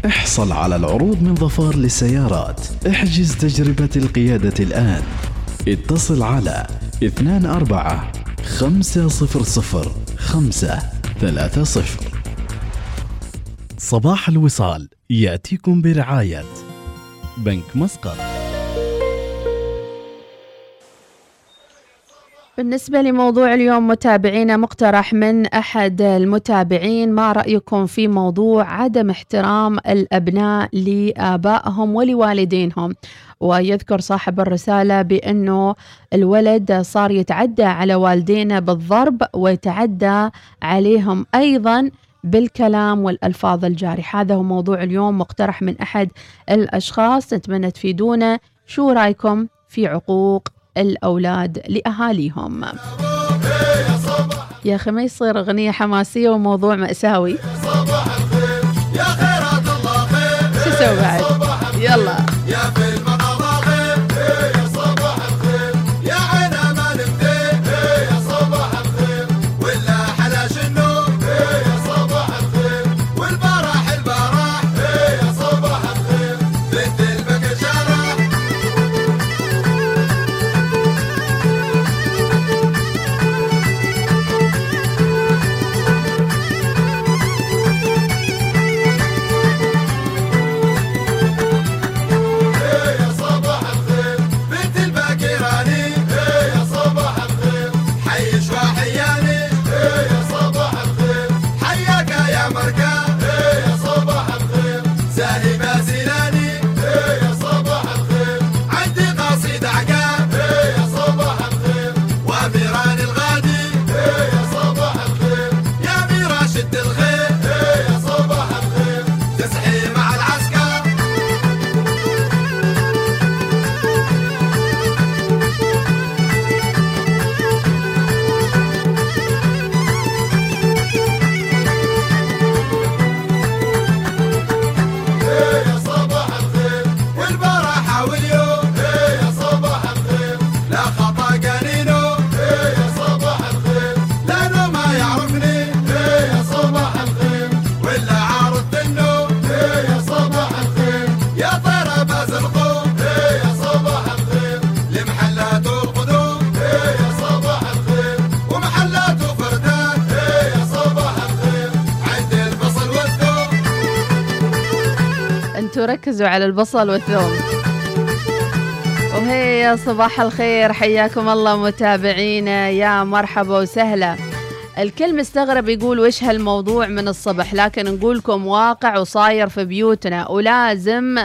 احصل على العروض من ظفار للسيارات. احجز تجربة القيادة الآن. اتصل على 24-500-530. صباح الوصال يأتيكم برعاية بنك مسقط. بالنسبة لموضوع اليوم متابعينا، مقترح من أحد المتابعين: ما رأيكم في موضوع عدم احترام الأبناء لآبائهم ولوالدينهم؟ ويذكر صاحب الرسالة بأنه الولد صار يتعدى على والدينه بالضرب ويتعدى عليهم أيضا بالكلام والألفاظ الجارحة. هذا هو موضوع اليوم، مقترح من أحد الأشخاص. نتمنى تفيدونا شو رأيكم في عقوق الأولاد لأهاليهم. يا أخي ما يصير أغنية حماسية وموضوع مأساوي. شو سوي بعد؟ يلا ركزوا على البصل والثوم. وهي يا صباح الخير، حياكم الله متابعينا، يا مرحبا وسهلا. الكل مستغرب يقول وش هالموضوع من الصبح، لكن نقولكم واقع وصاير في بيوتنا، ولازم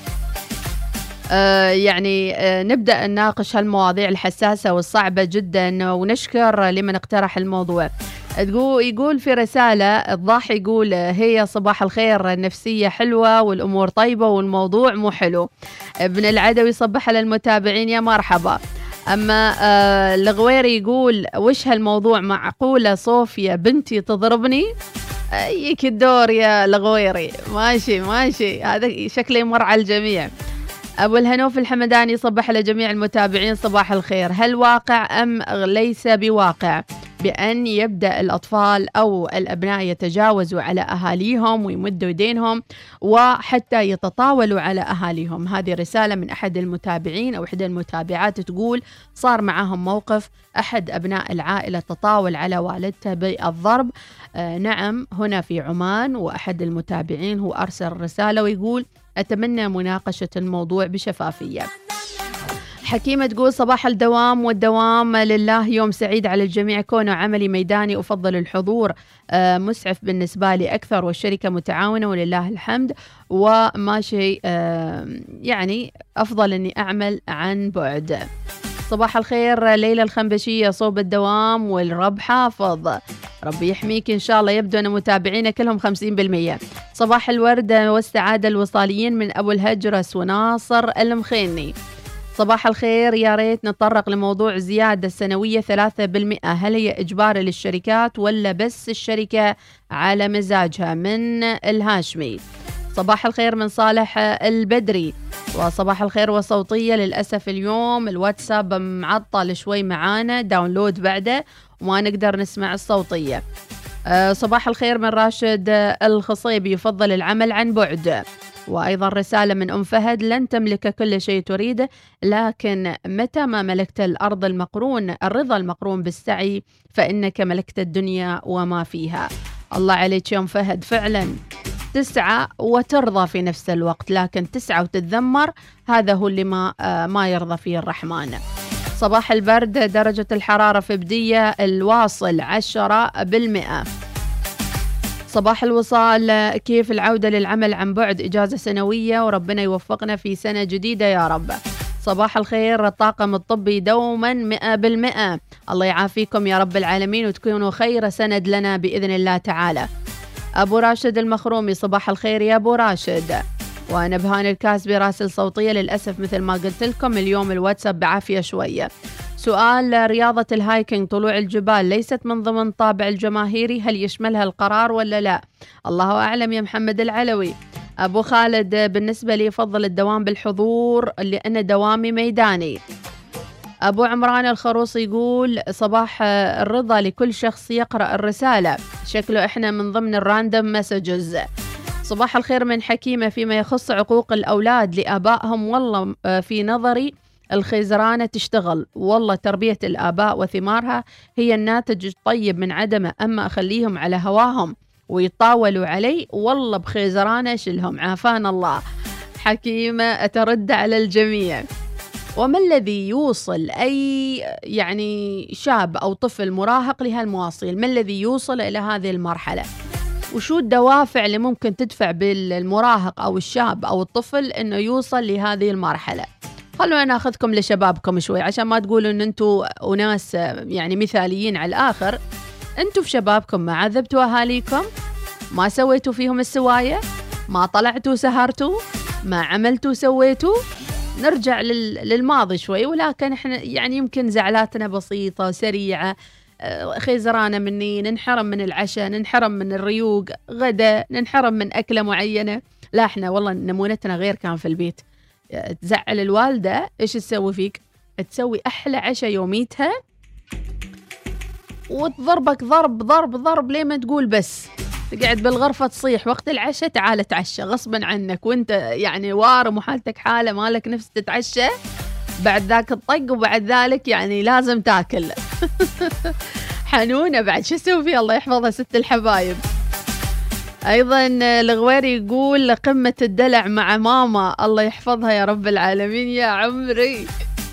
نبدأ نناقش هالمواضيع الحساسة والصعبة جدا، ونشكر لمن اقترح الموضوع. يقول في رسالة الضاحي، يقول هي صباح الخير، النفسية حلوة والأمور طيبة والموضوع مو حلو. ابن العدوي يصبح على المتابعين، يا مرحبا. أما الغويري يقول وش هالموضوع، معقولة صوفيا بنتي تضربني؟ يك الدور يا الغويري، ماشي هذا شكله يمر على الجميع. أبو الهنوف الحمداني يصبح على جميع المتابعين، صباح الخير. هل واقع أم ليس بواقع بأن يبدأ الأطفال أو الأبناء يتجاوزوا على أهاليهم ويمدوا يدينهم وحتى يتطاولوا على أهاليهم؟ هذه رسالة من أحد المتابعين أو إحدى المتابعات، تقول صار معهم موقف، أحد أبناء العائلة تطاول على والدته بالضرب. نعم، هنا في عمان. وأحد المتابعين هو أرسل رسالة ويقول أتمنى مناقشة الموضوع بشفافية. حكيمة تقول صباح الدوام والدوام لله، يوم سعيد على الجميع، كونه عملي ميداني أفضل الحضور، مسعف بالنسبة لي أكثر، والشركة متعاونة ولله الحمد، وماشي أفضل أني أعمل عن بعد. صباح الخير ليلى الخنبشية، صوب الدوام والرب حافظ، ربي يحميك إن شاء الله. يبدو أن متابعينا كلهم 50%. صباح الورد والسعادة الوصاليين من أبو الهجرس وناصر المخيني. صباح الخير، يا ريت نتطرق لموضوع زيادة السنوية 3%، هل هي إجبار للشركات ولا بس الشركة على مزاجها؟ من الهاشمي. صباح الخير من صالح البدري. وصباح الخير وصوتية، للأسف اليوم الواتساب معطل شوي معانا، داونلود بعده وما نقدر نسمع الصوتية. صباح الخير من راشد الخصيبي، يفضل العمل عن بعد. وأيضا رسالة من أم فهد، لن تملك كل شيء تريده، لكن متى ما ملكت الرضا المقرون بالسعي فإنك ملكت الدنيا وما فيها. الله عليك يا أم فهد، فعلا تسعى وترضى في نفس الوقت، لكن تسعى وتتذمر هذا هو اللي ما يرضى فيه الرحمن. صباح البرد، درجة الحرارة في بدية الواصل 10%. صباح الوصال، كيف العودة للعمل عن بعد؟ إجازة سنوية وربنا يوفقنا في سنة جديدة يا رب. صباح الخير، الطاقم الطبي دوما 100%. الله يعافيكم يا رب العالمين وتكونوا خير سند لنا بإذن الله تعالى. أبو راشد المخرومي، صباح الخير يا أبو راشد. وأنا بهان الكاسبي راسل صوتية، للأسف مثل ما قلت لكم اليوم الواتساب بعافية شوية. سؤال، رياضة الهايكينج طلوع الجبال ليست من ضمن طابع الجماهيري، هل يشملها القرار ولا لا؟ الله أعلم يا محمد العلوي. أبو خالد، بالنسبة لي أفضل الدوام بالحضور لأن دوامي ميداني. أبو عمران الخروصي يقول صباح الرضا لكل شخص يقرأ الرسالة، شكله إحنا من ضمن الراندوم مسجز. صباح الخير من حكيمة، فيما يخص عقوق الأولاد لآبائهم، والله في نظري الخيزرانة تشتغل، والله تربية الآباء وثمارها هي الناتج الطيب من عدمه، أما أخليهم على هواهم ويطاولوا علي والله بخيزرانة أشلهم، عافانا الله. حكيمة ترد على الجميع. وما الذي يوصل أي شاب أو طفل مراهق لهالمواصيل؟ ما الذي يوصل إلى هذه المرحلة؟ وشو الدوافع اللي ممكن تدفع بالمراهق أو الشاب أو الطفل إنه يوصل لهذه المرحلة؟ خلونا ناخذكم لشبابكم شوي عشان ما تقولوا إن أنتوا وناس مثاليين على الآخر. أنتوا في شبابكم ما عذبتوا أهاليكم؟ ما سويتوا فيهم السواية؟ ما طلعتوا سهرتوا؟ ما عملتوا سويتوا؟ نرجع للماضي شوي، ولكن احنا يمكن زعلاتنا بسيطة سريعة، خيزرانة مني، ننحرم من العشاء، ننحرم من الريوق، غدا ننحرم من أكلة معينة. لا احنا والله نمونتنا غير كان في البيت. تزعل الوالدة ايش تسوي فيك؟ تسوي أحلى عشاء يوميتها وتضربك ضرب ضرب ضرب ليه ما تقول بس. تقعد بالغرفة تصيح وقت العشاء تعال تعشى غصبا عنك، وانت وارم وحالتك حالة مالك نفس تتعشى، بعد ذاك الطق وبعد ذلك لازم تاكل. حنونة بعد شو اسوي فيها، الله يحفظها ست الحبايب. ايضا الغويري يقول قمة الدلع مع ماما، الله يحفظها يا رب العالمين يا عمري.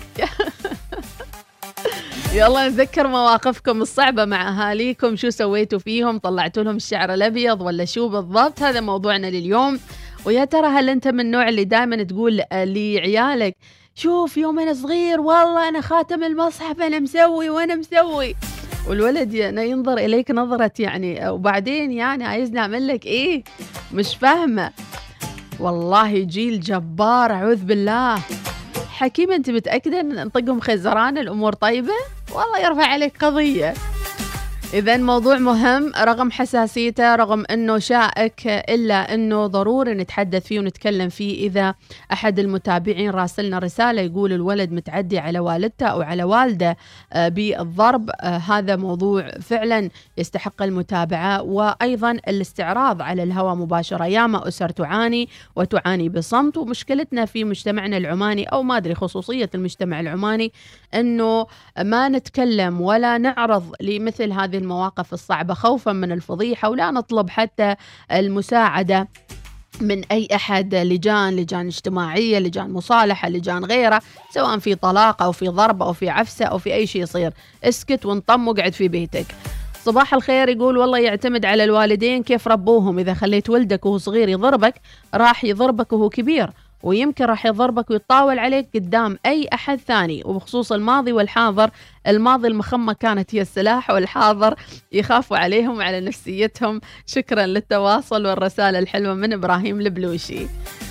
يلا نذكر مواقفكم الصعبة مع أهاليكم، شو سويتوا فيهم؟ طلعتوا لهم الشعر الأبيض ولا شو بالضبط؟ هذا موضوعنا لليوم. ويا ترى هل أنت من النوع اللي دائما تقول لعيالك شوف يوم أنا صغير والله أنا خاتم المصحف أنا مسوي وأنا مسوي، والولد ينظر إليك نظرة وبعدين عايزني أعمل لك إيه؟ مش فاهمة. والله جيل جبار أعوذ بالله. حكيمة أنت متأكدة أن نطقهم خزران الأمور طيبة؟ والله يرفع عليك قضية. إذن موضوع مهم رغم حساسيته، رغم أنه شائك، إلا أنه ضروري نتحدث فيه ونتكلم فيه. إذا أحد المتابعين راسلنا رسالة يقول الولد متعدي على والدته أو على والده بالضرب، هذا موضوع فعلا يستحق المتابعة، وأيضا الاستعراض على الهواء مباشرة. ياما أسر تعاني وتعاني بصمت، ومشكلتنا في مجتمعنا العماني أو ما أدري خصوصية المجتمع العماني أنه ما نتكلم ولا نعرض لمثل هذه المواقف الصعبة خوفا من الفضيحة، ولا نطلب حتى المساعدة من أي أحد، لجان اجتماعية، لجان مصالحة، لجان غيره، سواء في طلاق أو في ضرب أو في عفسة أو في أي شيء يصير. اسكت وانطم وقعد في بيتك. صباح الخير يقول والله يعتمد على الوالدين كيف ربوهم. إذا خليت ولدك وهو صغير يضربك راح يضربك وهو كبير، ويمكن راح يضربك ويتطاول عليك قدام أي أحد ثاني. وبخصوص الماضي والحاضر، الماضي المخمة كانت هي السلاح، والحاضر يخافوا عليهم وعلى نفسيتهم. شكرا للتواصل والرسالة الحلوة من إبراهيم البلوشي.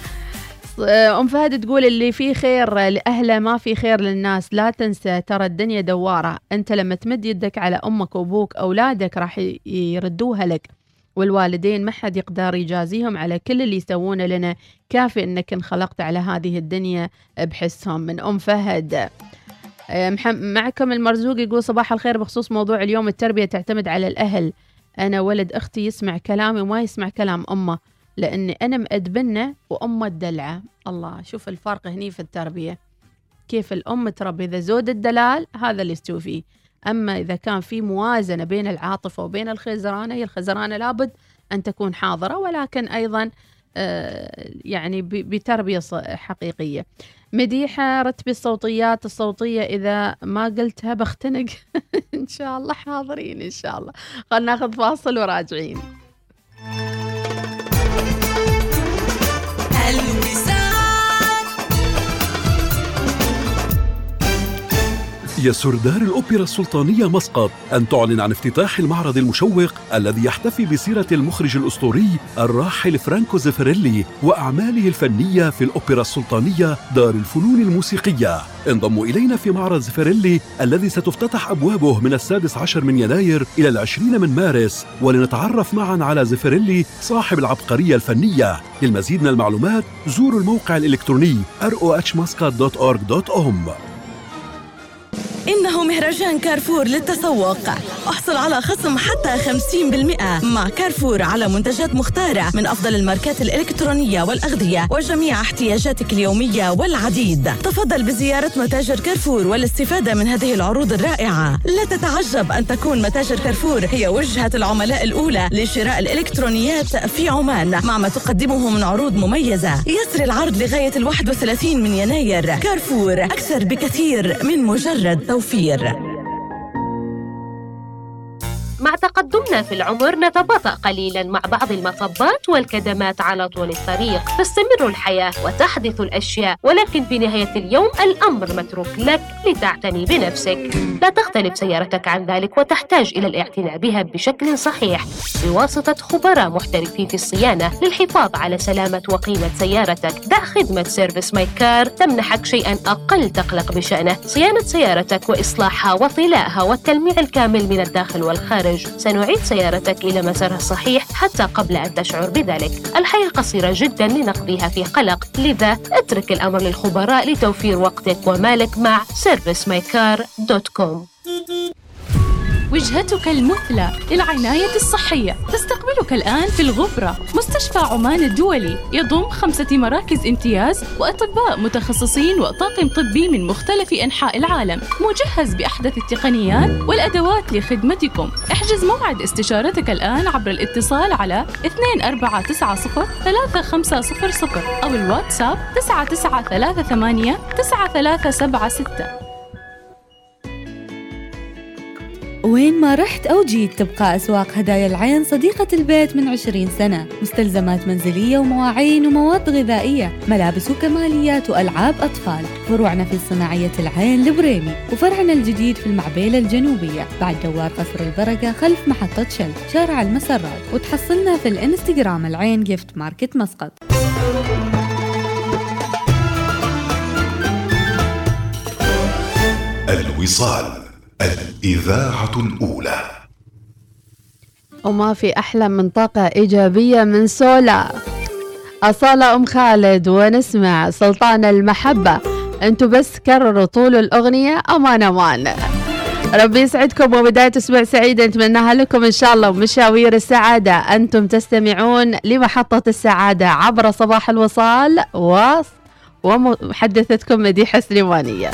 أم فهد تقول اللي فيه خير لأهله ما في خير للناس، لا تنسى ترى الدنيا دوارة، أنت لما تمد يدك على أمك وأبوك أولادك راح يردوها لك، والوالدين ما حد يقدر يجازيهم على كل اللي يسوونه لنا، كافي أنك انخلقت على هذه الدنيا بحسهم. من أم فهد. معكم المرزوق يقول صباح الخير، بخصوص موضوع اليوم التربية تعتمد على الأهل، أنا ولد أختي يسمع كلامي وما يسمع كلام أمه، لأني أنا مأدبنه وأمه الدلعة. الله، شوف الفرق هني في التربية، كيف الأم تربي. إذا زود الدلال هذا اللي يستوي فيه، أما إذا كان في موازنة بين العاطفة وبين الخزرانة، هي الخزرانة لابد أن تكون حاضرة، ولكن أيضا يعني بتربية حقيقية. مديحة، رتبي الصوتيات الصوتية، إذا ما قلتها بختنق. إن شاء الله حاضرين إن شاء الله. خلنا ناخذ فاصل وراجعين. يسر دار الأوبرا السلطانية مسقط أن تعلن عن افتتاح المعرض المشوق الذي يحتفي بسيرة المخرج الأسطوري الراحل فرانكو زيفريلي وأعماله الفنية في الأوبرا السلطانية دار الفنون الموسيقية. انضموا إلينا في معرض زيفريلي الذي ستفتتح أبوابه من 16 من يناير إلى 20 من مارس، ولنتعرف معا على زيفريلي صاحب العبقرية الفنية. للمزيد من المعلومات زوروا الموقع الإلكتروني rohmuscat.org.om. إنه مهرجان كارفور للتسوق. احصل على خصم حتى 50% مع كارفور على منتجات مختارة من أفضل الماركات الإلكترونية والأغذية وجميع احتياجاتك اليومية والعديد. تفضل بزيارة متاجر كارفور والاستفادة من هذه العروض الرائعة. لا تتعجب أن تكون متاجر كارفور هي وجهة العملاء الأولى لشراء الإلكترونيات في عمان، مع ما تقدمه من عروض مميزة. يسري العرض لغاية 31 من يناير. كارفور، أكثر بكثير من مجرد توفير. مع تقدمنا في العمر نتباطأ قليلاً مع بعض المطبات والكدمات على طول الطريق. تستمر الحياة وتحدث الأشياء، ولكن في نهاية اليوم الأمر متروك لك لتعتني بنفسك. لا تختلف سيارتك عن ذلك، وتحتاج إلى الاعتناء بها بشكل صحيح بواسطة خبراء محترفين في الصيانة للحفاظ على سلامة وقيمة سيارتك. دع خدمة سيرفيس ماي كار تمنحك شيئاً أقل تقلق بشأنه، صيانة سيارتك وإصلاحها وطلاءها والتلميع الكامل من الداخل والخارج. سنعيد سيارتك إلى مسارها الصحيح حتى قبل أن تشعر بذلك. الحياة قصيرة جدا لنقضيها في قلق، لذا اترك الأمر للخبراء لتوفير وقتك ومالك مع servicemycar.com. وجهتك المثلى للعناية الصحية تستقبلك الآن في الغبرة. مستشفى عمان الدولي يضم 5 مراكز امتياز وأطباء متخصصين وطاقم طبي من مختلف أنحاء العالم، مجهز بأحدث التقنيات والأدوات لخدمتكم. احجز موعد استشارتك الآن عبر الاتصال على 2490-3500 أو الواتساب 9938-9376. وين ما رحت أو جيت تبقى أسواق هدايا العين صديقة البيت من 20 سنة. مستلزمات منزلية ومواعين ومواد غذائية، ملابس وكماليات وألعاب أطفال. فروعنا في صناعية العين البريمي، وفرعنا الجديد في المعبيلة الجنوبية بعد دوار قصر البركة خلف محطة شل شارع المسرات. وتحصلنا في الانستغرام العين جيفت ماركت مسقط. الوصال، الإذاعة الأولى. وما في أحلى من طاقة إيجابية من سولا. أصالة أم خالد ونسمع سلطان المحبة. أنتوا بس كرروا طول الأغنية أمان أمان. ربي يسعدكم وبداية أسبوع سعيدة نتمناها لكم إن شاء الله، ومشاوير السعادة. أنتم تستمعون لمحطة السعادة عبر صباح الوصال ومحدثتكم مديحة سليمانية.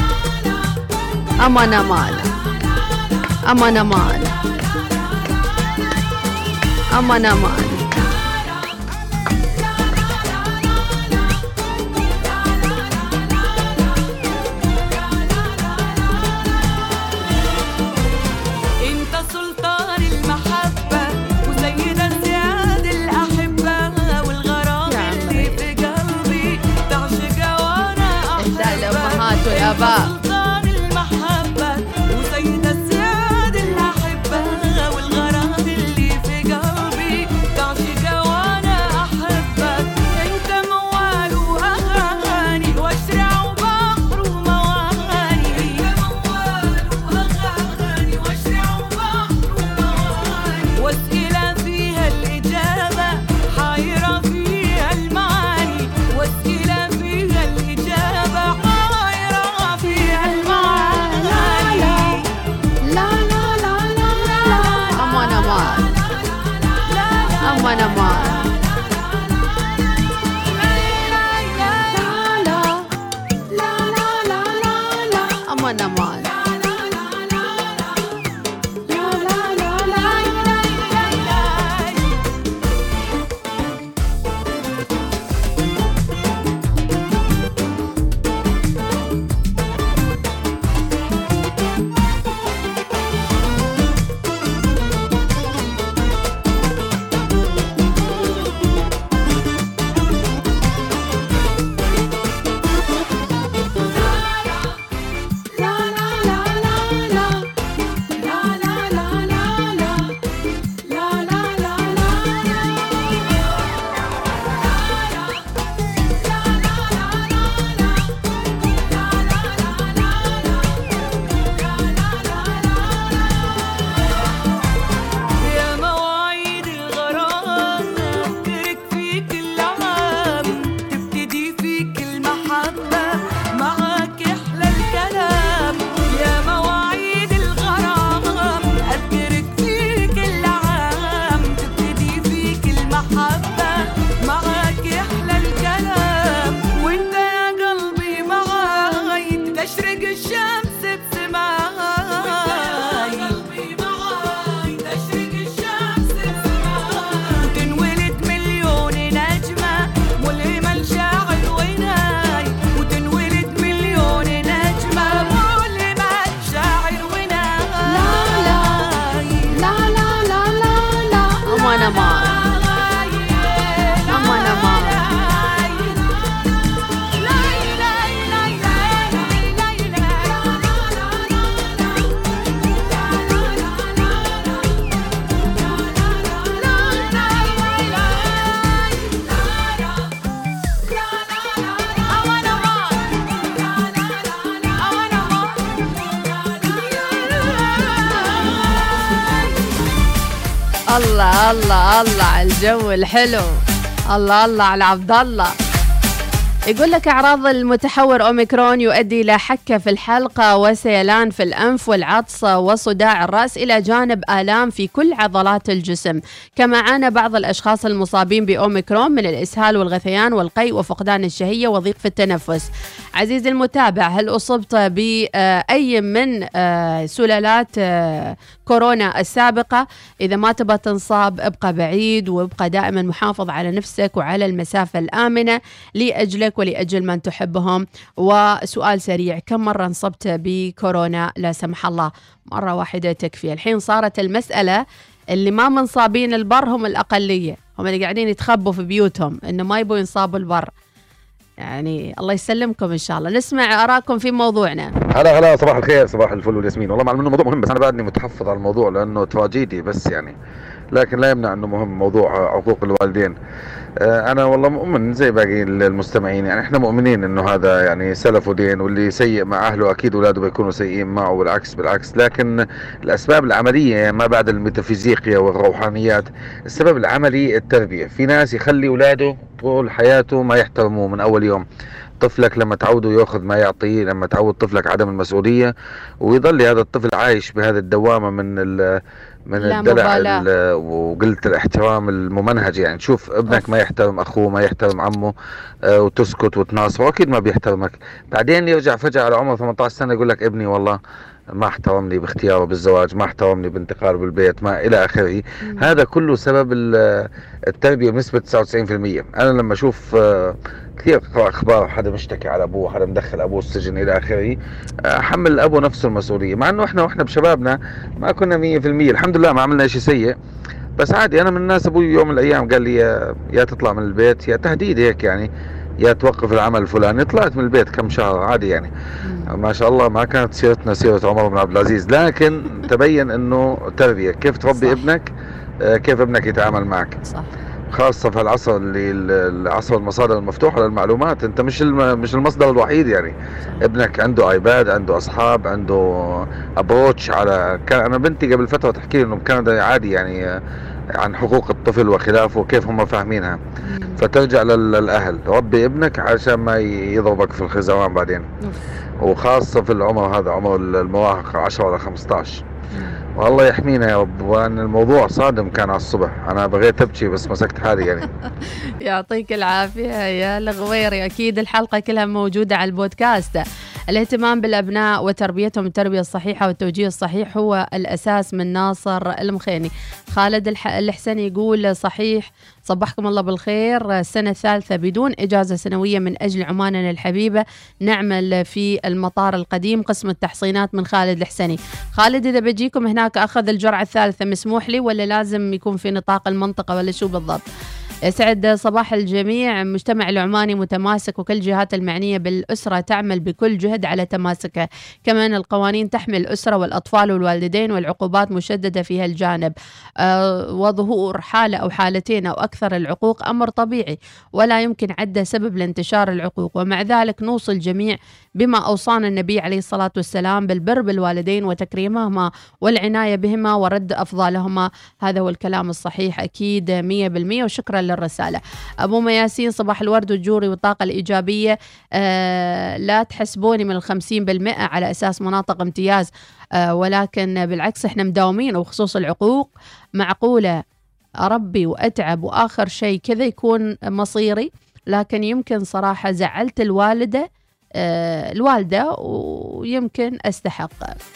أمان أمان أمان أمان أمان أمان. انت سلطان المحبة وسيد الزياد الأحبة، والغرام اللي في قلبي تعشق وانا أحبة. الأمهات والآباء الله الله الله على الجو الحلو. الله الله على عبد الله. يقول لك أعراض المتحور أوميكرون يؤدي إلى حكة في الحلقة وسيلان في الأنف والعطس وصداع الرأس إلى جانب آلام في كل عضلات الجسم. كما عانى بعض الأشخاص المصابين بأوميكرون من الإسهال والغثيان والقيء وفقدان الشهية وضيق في التنفس. عزيزي المتابع، هل أصبت بأي من سلالات كورونا السابقة؟ إذا ما تبى تنصاب ابقى بعيد وابقى دائما محافظ على نفسك وعلى المسافة الآمنة لأجلك ولأجل من تحبهم. وسؤال سريع، كم مرة انصبت بكورونا؟ لا سمح الله مرة واحدة تكفي. الحين صارت المسألة اللي ما منصابين البر هم الأقلية، هم اللي قاعدين يتخبوا في بيوتهم إنه ما يبوا ينصابوا البر. يعني الله يسلمكم إن شاء الله. نسمع آراءكم في موضوعنا. هلا صباح الخير، صباح الفل والياسمين. والله معلوم إنه موضوع مهم، بس أنا بعدني متحفظ على الموضوع لأنه تراجيدي، بس يعني لكن لا يمنع إنه مهم موضوع عقوق الوالدين. أنا والله مؤمن زي باقي المستمعين، يعني إحنا مؤمنين إنه هذا يعني سلف ودين، واللي سيء مع أهله أكيد أولاده بيكونوا سيئين معه، بالعكس. لكن الأسباب العملية ما بعد الميتافيزيقيا والروحانيات، السبب العملي التربية. في ناس يخلي أولاده طول حياته ما يحترموه من أول يوم. طفلك لما تعوده يأخذ ما يعطيه، لما تعود طفلك عدم المسؤولية، ويظل هذا الطفل عايش بهذا الدوامة من الدلع وقلة الاحترام الممنهج. يعني تشوف ابنك ما يحترم أخوه، ما يحترم عمه، وتسكت وتناصر، وأكيد ما بيحترمك. بعدين يرجع فجأة على عمر 18 سنة يقول لك ابني والله ما احترمني باختياره بالزواج، ما احترمني بانتقاله بالبيت، ما إلى آخره. هذا كله سبب التربية بنسبة 99%. أنا لما أشوف كثير أخبار حدا مشتكي على أبوه، حدا مدخل أبوه السجن إلى آخره، حمل الأبو نفسه المسؤولية، مع أنه إحنا بشبابنا ما كنا 100%. الحمد لله ما عملنا شيء سيء، بس عادي. أنا من الناس أبوي يوم من الأيام قال لي يا تطلع من البيت، يا تهديد هيك يعني، يا توقف العمل الفلاني. طلعت من البيت كم شهر عادي يعني. ما شاء الله ما كانت سيرتنا سيرة عمر بن عبد العزيز، لكن تبين انه تربية، كيف تربي صح. ابنك كيف ابنك يتعامل معك، صح. خاصة في العصر اللي العصر المصادر المفتوحة للمعلومات، انت مش المصدر الوحيد يعني. صح. ابنك عنده ايباد، عنده اصحاب، عنده ابروتش على انا بنتي قبل فترة تحكي لي انه بكندا عادي يعني عن حقوق الطفل وخلافه وكيف هم فاهمينها. فترجع للأهل، ربي ابنك عشان ما يضربك في الخزوان بعدين. وخاصة في العمر هذا، عمر المراهقة 10 ولا 15. والله يحمينا يا رب. وأن الموضوع صادم كان على الصبح، أنا بغيت أبكي بس مسكت حالي يعني. يعطيك العافية يا الغويري. أكيد الحلقة كلها موجودة على البودكاست. الاهتمام بالأبناء وتربيتهم التربية الصحيحة والتوجيه الصحيح هو الأساس. من ناصر المخيني. خالد الحسني يقول صحيح، صبحكم الله بالخير. السنة الثالثة بدون إجازة سنوية من أجل عماننا الحبيبة، نعمل في المطار القديم قسم التحصينات. من خالد الحسني. خالد إذا بجيكم هناك أخذ الجرعة الثالثة مسموح لي ولا لازم يكون في نطاق المنطقة ولا شو بالضبط؟ يسعد صباح الجميع. مجتمع العماني متماسك وكل الجهات المعنية بالأسرة تعمل بكل جهد على تماسكه. كمان القوانين تحمي الأسرة والأطفال والوالدين، والعقوبات مشددة في هالجانب. وظهور حالة أو حالتين أو أكثر العقوق أمر طبيعي ولا يمكن عده سبب لانتشار العقوق، ومع ذلك نوصي الجميع بما أوصانا النبي عليه الصلاة والسلام بالبر بالوالدين وتكريمهما والعناية بهما ورد أفضالهما. هذا هو الكلام الصحيح أكيد 100%. وشكرا للرسالة. أبو مياسين صباح الورد والجوري والطاقة الإيجابية. لا تحسبوني من 50% على أساس مناطق امتياز، ولكن بالعكس احنا مداومين، وخصوص العقوق معقولة أربي وأتعب وآخر شيء كذا يكون مصيري، لكن يمكن صراحة زعلت الوالدة ويمكن أستحق.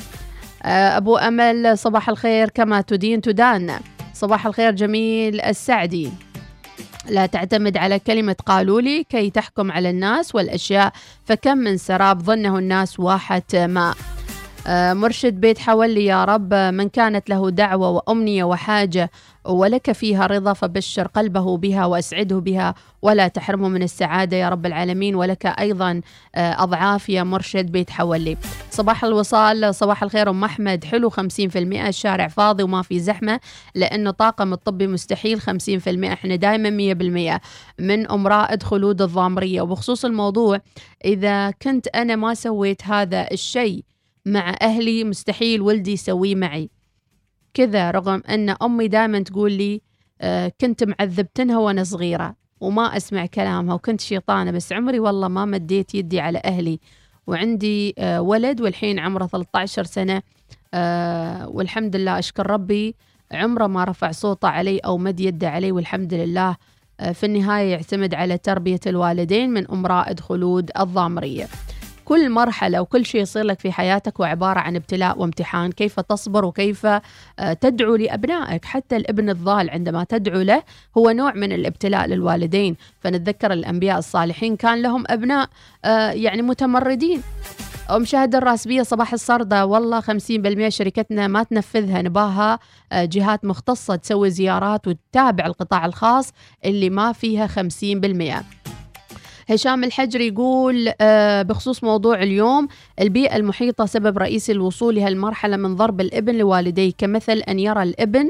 أبو أمل صباح الخير. كما تدين تدان. صباح الخير جميل السعدي. لا تعتمد على كلمة قالوا لي كي تحكم على الناس والأشياء، فكم من سراب ظنه الناس واحة ماء. مرشد بيت حولي. يا رب من كانت له دعوة وأمنية وحاجة ولك فيها رضا فبشر قلبه بها وأسعده بها ولا تحرمه من السعادة يا رب العالمين، ولك أيضا أضعاف يا مرشد بيت حولي. صباح الوصال. صباح الخير أم أحمد. حلو 50%، الشارع فاضي وما في زحمة لأنه طاقم الطبي مستحيل 50%، احنا دائما 100%. من أم رائد خلود الضامرية. وبخصوص الموضوع، إذا كنت أنا ما سويت هذا الشيء مع أهلي مستحيل ولدي يسويه معي. كذا رغم أن أمي دائما تقول لي كنت معذبتنها وأنا صغيرة وما أسمع كلامها وكنت شيطانة، بس عمري والله ما مديت يدي على أهلي، وعندي ولد والحين عمره 13 سنة والحمد لله أشكر ربي عمره ما رفع صوته علي أو مد يده علي، والحمد لله في النهاية يعتمد على تربية الوالدين من أم رائد خلود الضامرية. كل مرحلة وكل شيء يصير لك في حياتك هو عبارة عن ابتلاء وامتحان، كيف تصبر وكيف تدعو لأبنائك. حتى الابن الضال عندما تدعو له هو نوع من الابتلاء للوالدين. فنتذكر الأنبياء الصالحين كان لهم أبناء يعني متمردين. مشاهدة الراسبية صباح الصردة، والله 50% شركتنا ما تنفذها، نباها جهات مختصة تسوي زيارات وتتابع القطاع الخاص اللي ما فيها 50%. هشام الحجري يقول بخصوص موضوع اليوم، البيئة المحيطة سبب رئيسي للوصول لهالمرحلة من ضرب الابن لوالديه، كمثل أن يرى الابن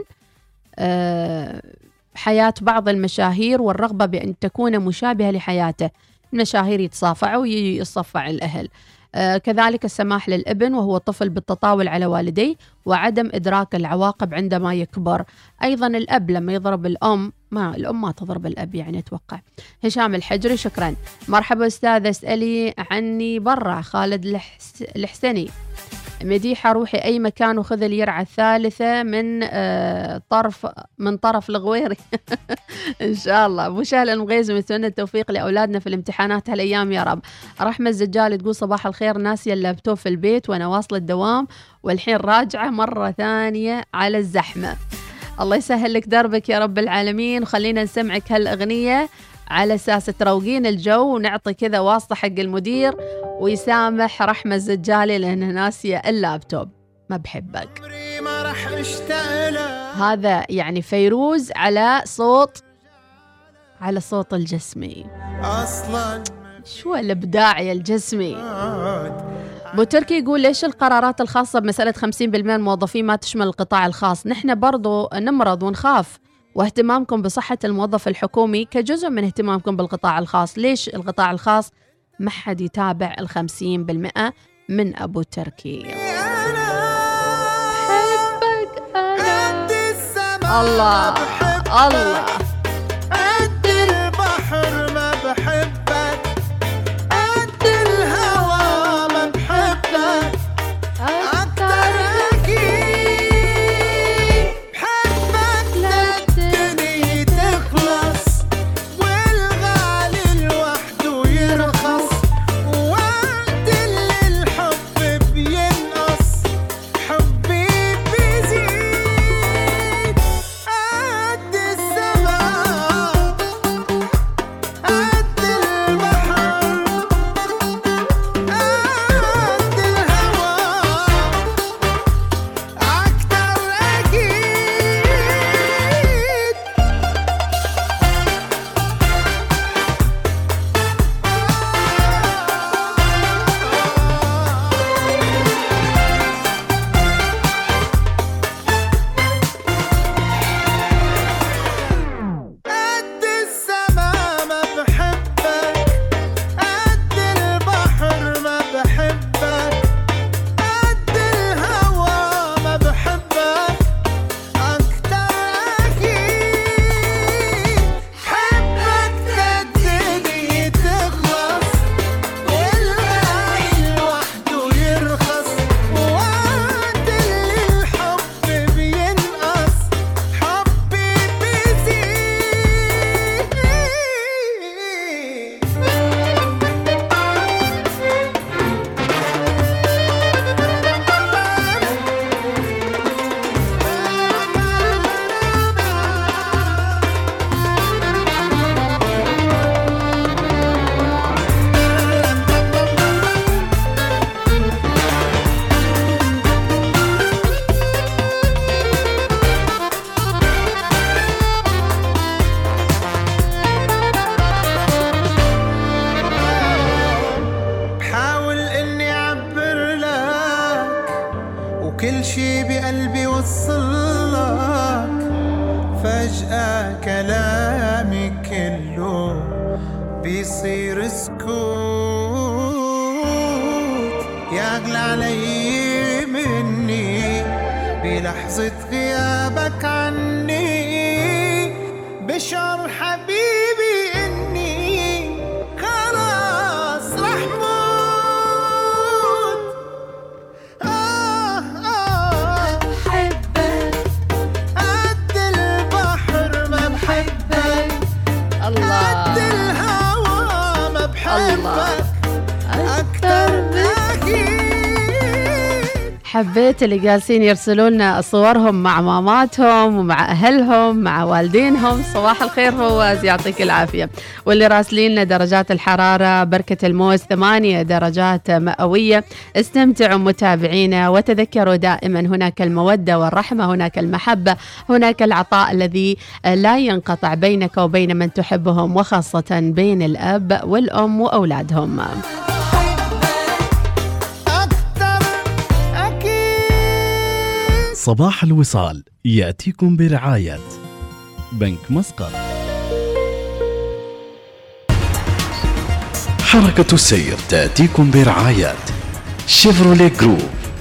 حياة بعض المشاهير والرغبة بأن تكون مشابهة لحياته. المشاهير يتصافعوا ويصفع الأهل. كذلك السماح للابن وهو طفل بالتطاول على والديه وعدم إدراك العواقب عندما يكبر. أيضا الأب لما يضرب الأم ما تضرب الأب يعني أتوقع. هشام الحجري شكرا. مرحبا أستاذ، اسألي عني برا. خالد الحسني، مديحة روحي أي مكان وخذ اليرعة الثالثة من طرف الغويري. إن شاء الله. أبو شهل المغيزي، متمنى التوفيق لأولادنا في الامتحانات هالأيام يا رب. رحمة الزجال تقول صباح الخير، ناسية اللابتوب في البيت وأنا واصلة الدوام والحين راجعة مرة ثانية على الزحمة. الله يسهل لك دربك يا رب العالمين، وخلينا نسمعك هالأغنية على أساس تروقين الجو ونعطي كذا واسطة حق المدير ويسامح رحمة الزجالي لأنه ناسية اللابتوب. ما بحبك. هذا يعني فيروز على صوت الجسمي. شو الإبداع يا الجسمي. أبو تركي يقول ليش القرارات الخاصة بمسألة 50% من الموظفين ما تشمل القطاع الخاص؟ نحن برضو نمرض ونخاف، واهتمامكم بصحة الموظف الحكومي كجزء من اهتمامكم بالقطاع الخاص. ليش القطاع الخاص ما حد يتابع 50%؟ من أبو تركي. حبك أنا الله الله. قد البحر ما بحبك، قد الهوى ما بحبك، أكتر أكيد بحبك للدنيا تخلص والغالي لوحده يرخص، وقت اللي الحب بينقص حبي بيزيد. قد السماء قد البحر قد الهوى أكتر أكيد. قد السما ما بحبك، قد البحر ما بحبك، قد الهوى ما بحبك، أكتر أكيد حبك للدنيا تخلص والغالي لوحده يرخص، وقت اللي الحب بينقص حبي بيزيد. بحاول اني اعبر لك وكل شي بقلبي وصلك، فجأة كلامي كله بيصير سكوت. يا أغلى علي مني بلحظة غيابك حبك عني بشعر حبيبي إني خلاص رح موت. بحبك قد البحر ما بحبك، الله قد الهوى ما بحبك أكتر أكيد. حبيت اللي جالسين يرسلوا لنا صورهم مع ماماتهم ومع أهلهم مع والدينهم. صباح الخير فواز، يعطيك العافية. واللي راسلين لنا درجات الحرارة: بركة الموز 8 درجات مئوية. استمتعوا متابعينا، وتذكروا دائما هناك المودة والرحمة، هناك المحبة، هناك العطاء الذي لا ينقطع بينك وبين من تحبهم، وخاصة بين الأب والأم وأولادهم. صباح الوصال يأتيكم برعاية بنك مسقط. حركة السير تأتيكم برعاية شيفروليه جروب.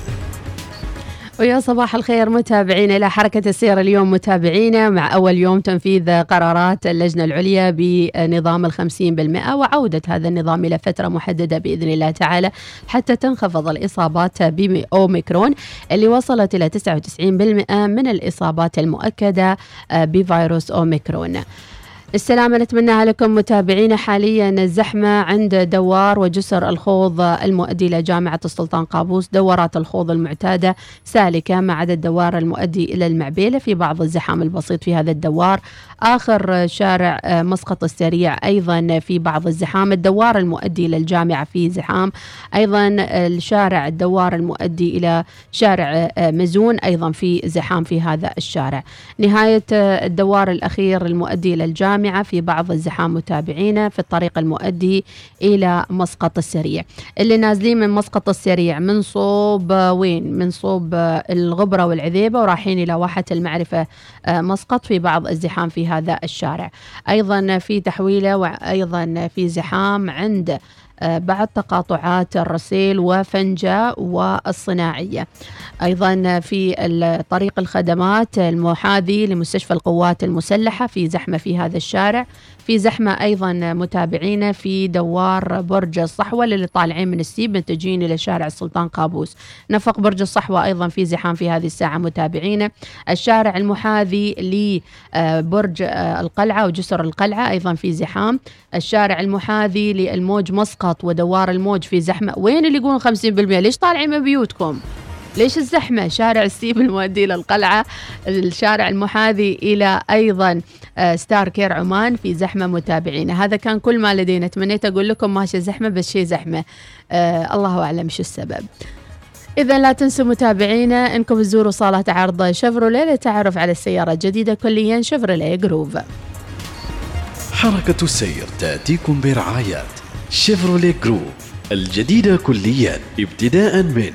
ويا صباح الخير متابعينا إلى حركة السير. اليوم متابعينا مع أول يوم تنفيذ قرارات اللجنة العليا بنظام 50%، وعودة هذا النظام إلى فترة محددة بإذن الله تعالى حتى تنخفض الإصابات بأوميكرون اللي وصلت إلى 99% من الإصابات المؤكدة بفيروس أوميكرون. السلامة نتمناها لكم متابعينا. حاليا الزحمة عند دوار وجسر الخوض المؤدي إلى جامعة السلطان قابوس. دورات الخوض المعتادة سالكة ما عدا الدوار المؤدي إلى المعبيلة، في بعض الزحام البسيط في هذا الدوار. آخر شارع مسقط السريع أيضا في بعض الزحام. الدوار المؤدي إلى الجامعة في زحام أيضا. الشارع الدوار المؤدي إلى شارع مزون أيضا في زحام في هذا الشارع. نهاية الدوار الأخير المؤدي إلى الجامعة في بعض الزحام متابعينا في الطريق المؤدي إلى مسقط السريع. اللي نازلين من مسقط السريع من صوب وين؟ من صوب الغبرة والعذيبة ورايحين إلى واحة المعرفة مسقط، في بعض الزحام في هذا الشارع. أيضا في تحويلة وأيضا في زحام عند بعد تقاطعات الرسيل وفنجة والصناعية. أيضا في طريق الخدمات المحاذي لمستشفى القوات المسلحة في زحمة في هذا الشارع. في زحمة أيضا متابعينا في دوار برج الصحوة اللي طالعين من السيب متجهين إلى شارع السلطان قابوس. نفق برج الصحوة أيضا في زحام في هذه الساعة متابعينا. الشارع المحاذي لبرج القلعة وجسر القلعة أيضا في زحام. الشارع المحاذي للموج مسقط ودوار الموج في زحمة. وين اللي يقولون 50%؟ ليش طالعين من بيوتكم؟ ليش الزحمة؟ شارع السيب المؤدي إلى القلعة، الشارع المحاذي إلى أيضا ستار كير عمان في زحمة متابعينا. هذا كان كل ما لدينا. تمنيت أقول لكم ماشي زحمة بس شيء زحمة، الله أعلم شو السبب. إذا لا تنسوا متابعينا أنكم تزوروا صالة عرض شيفروليه للتعرف على السيارة الجديدة كليا شيفروليه جروف. حركة السير تأتيكم برعاية شيفروليه جروف الجديدة كليا ابتداء من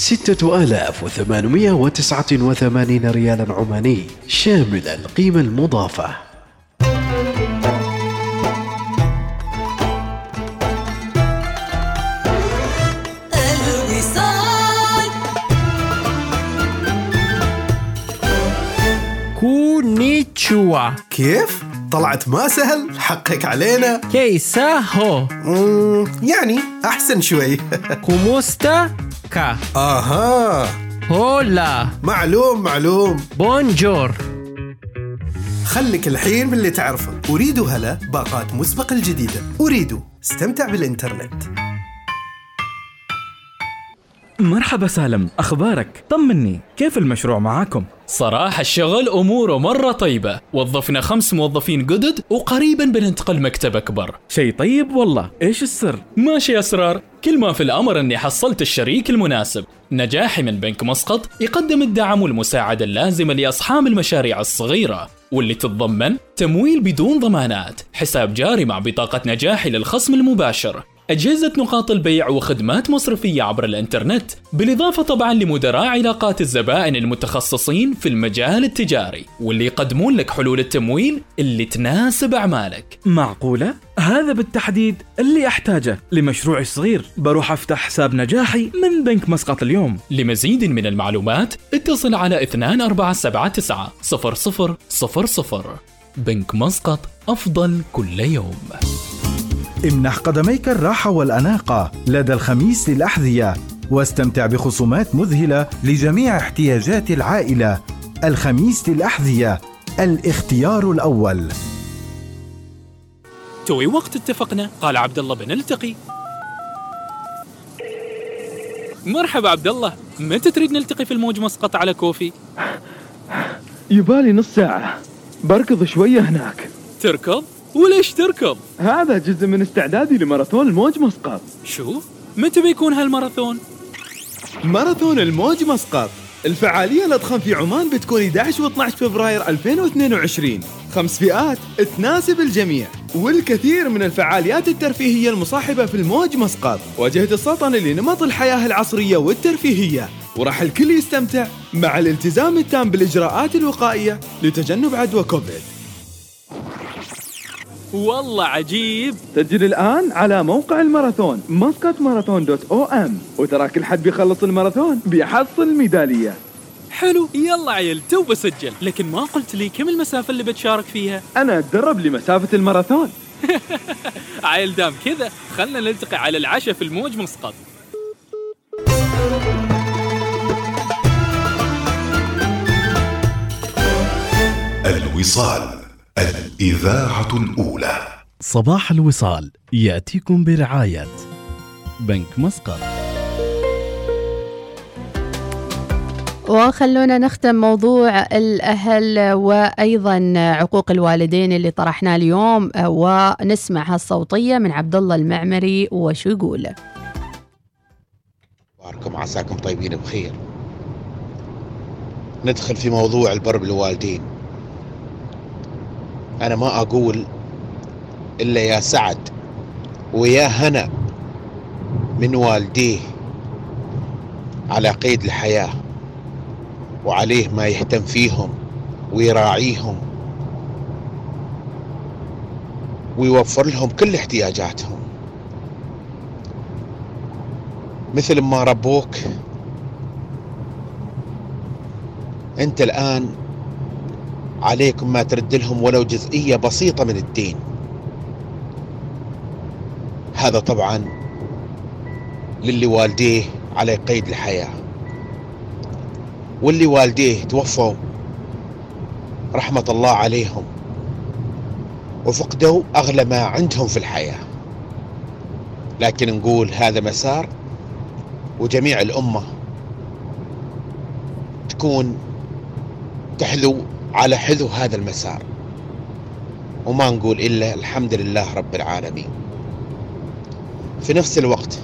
6889 ريالا عماني شامل القيمة المضافة. الوصال. كونيتشوا. كيف؟ طلعت ما سهل، حقك علينا. كيساهو. يعني أحسن شوي. كوموستا كا. آها. هولا. معلوم. بونجور. خليك الحين باللي تعرفه. أريد هلا باقات مسبق الجديدة. أريد استمتع بالإنترنت. مرحبا سالم، أخبارك؟ طمني، كيف المشروع معاكم؟ صراحة الشغل أموره مرة طيبة. وظفنا 5 موظفين جدد وقريبا بننتقل مكتب أكبر. شيء طيب والله. إيش السر؟ ماشي أسرار، كل ما في الأمر أني حصلت الشريك المناسب. نجاحي من بنك مسقط يقدم الدعم والمساعدة اللازمة لأصحاب المشاريع الصغيرة، واللي تتضمن تمويل بدون ضمانات، حساب جاري مع بطاقة نجاحي للخصم المباشر، أجهزة نقاط البيع وخدمات مصرفية عبر الإنترنت، بالإضافة طبعا لمدراء علاقات الزبائن المتخصصين في المجال التجاري واللي يقدمون لك حلول التمويل اللي تناسب أعمالك. معقولة؟ هذا بالتحديد اللي أحتاجه لمشروعي الصغير. بروح أفتح حساب نجاحي من بنك مسقط اليوم. لمزيد من المعلومات اتصل على 2479 0000. بنك مسقط، أفضل كل يوم. امنح قدميك الراحة والأناقة لدى الخميس للأحذية، واستمتع بخصومات مذهلة لجميع احتياجات العائلة. الخميس للأحذية، الاختيار الأول. توي وقت اتفقنا، قال عبد الله بنلتقي. مرحبا عبد الله، متى تريد نلتقي في الموج مسقط على كوفي؟ يبالي نص ساعة، بركض شوية هناك. تركض؟ وليش تركض؟ هذا جزء من استعدادي لماراثون الموج مسقط. شو؟ متى بيكون هالماراثون؟ ماراثون الموج مسقط، الفعالية الأضخم في عمان بتكون 11 و12 فبراير 2022. 5 فئات تناسب الجميع، والكثير من الفعاليات الترفيهية المصاحبة في الموج مسقط. واجهة السلطنة لنمط الحياة العصرية والترفيهية، وراح الكل يستمتع مع الالتزام التام بالإجراءات الوقائية لتجنب عدوى كوفيد. والله عجيب. سجل الآن على موقع الماراثون muscatmarathon.om، وترى كل حد بيخلص الماراثون بيحصل ميدالية. حلو، يلا عيل تو بسجل، لكن ما قلت لي كم المسافة اللي بتشارك فيها؟ أنا أتدرب لمسافة الماراثون. عيل دام كذا خلنا نلتقي على العشاء في الموج مسقط. الوصال، الإذاعة الأولى. صباح الوصال يأتيكم برعاية بنك مسقط. وخلونا نختم موضوع الأهل وأيضا عقوق الوالدين اللي طرحناه اليوم، ونسمع هالصوتية من عبد الله المعمري وشو يقول. باركم، عساكم طيبين بخير. ندخل في موضوع البر بالوالدين. أنا ما أقول إلا يا سعد ويا هنا من والديه على قيد الحياة، وعليه ما يهتم فيهم ويراعيهم ويوفر لهم كل احتياجاتهم، مثل ما ربوك. أنت الآن عليكم ما ترد لهم ولو جزئية بسيطة من الدين. هذا طبعا للي والديه على قيد الحياة، واللي والديه توفوا رحمة الله عليهم وفقدوا أغلى ما عندهم في الحياة. لكن نقول هذا مسار، وجميع الأمة تكون تحلو على حذو هذا المسار، وما نقول إلا الحمد لله رب العالمين. في نفس الوقت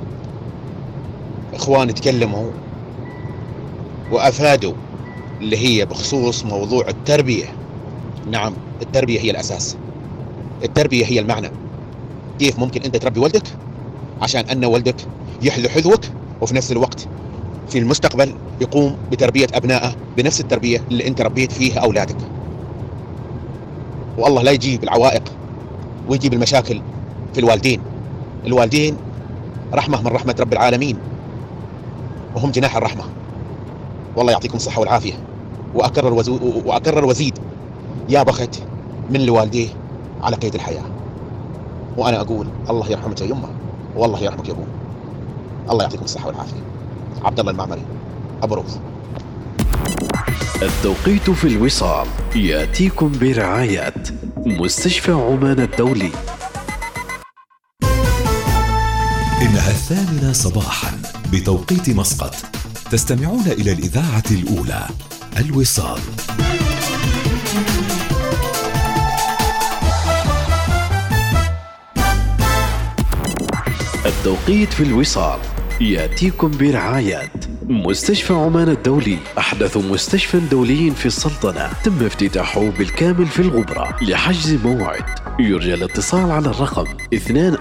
إخواني تكلموا وأفادوا اللي هي بخصوص موضوع التربية. نعم، التربية هي الأساس، التربية هي المعنى. كيف ممكن أنت تربي ولدك عشان أن ولدك يحذو حذوك، وفي نفس الوقت في المستقبل يقوم بتربية أبنائه بنفس التربية اللي أنت ربيت فيها أولادك. والله لا يجيب العوائق ويجيب المشاكل في الوالدين. الوالدين رحمة من رحمة رب العالمين، وهم جناح الرحمة. والله يعطيكم الصحة والعافية. وأكرر وزيد، يا بخت من الوالديه على قيد الحياة. وأنا أقول الله يرحمك يا يمه، والله يرحمك يا أبوه. الله يعطيكم الصحة والعافية. عبد الله المعمري، أبو روث. التوقيت في الوصال يأتيكم برعاية مستشفى عمان الدولي. إنها 8 صباحا بتوقيت مسقط. تستمعون إلى الإذاعة الأولى، الوصال. التوقيت في الوصال يأتيكم برعاية مستشفى عمان الدولي، أحدث مستشفى دولي في السلطنة، تم افتتاحه بالكامل في الغبرة. لحجز موعد يرجى الاتصال على الرقم 2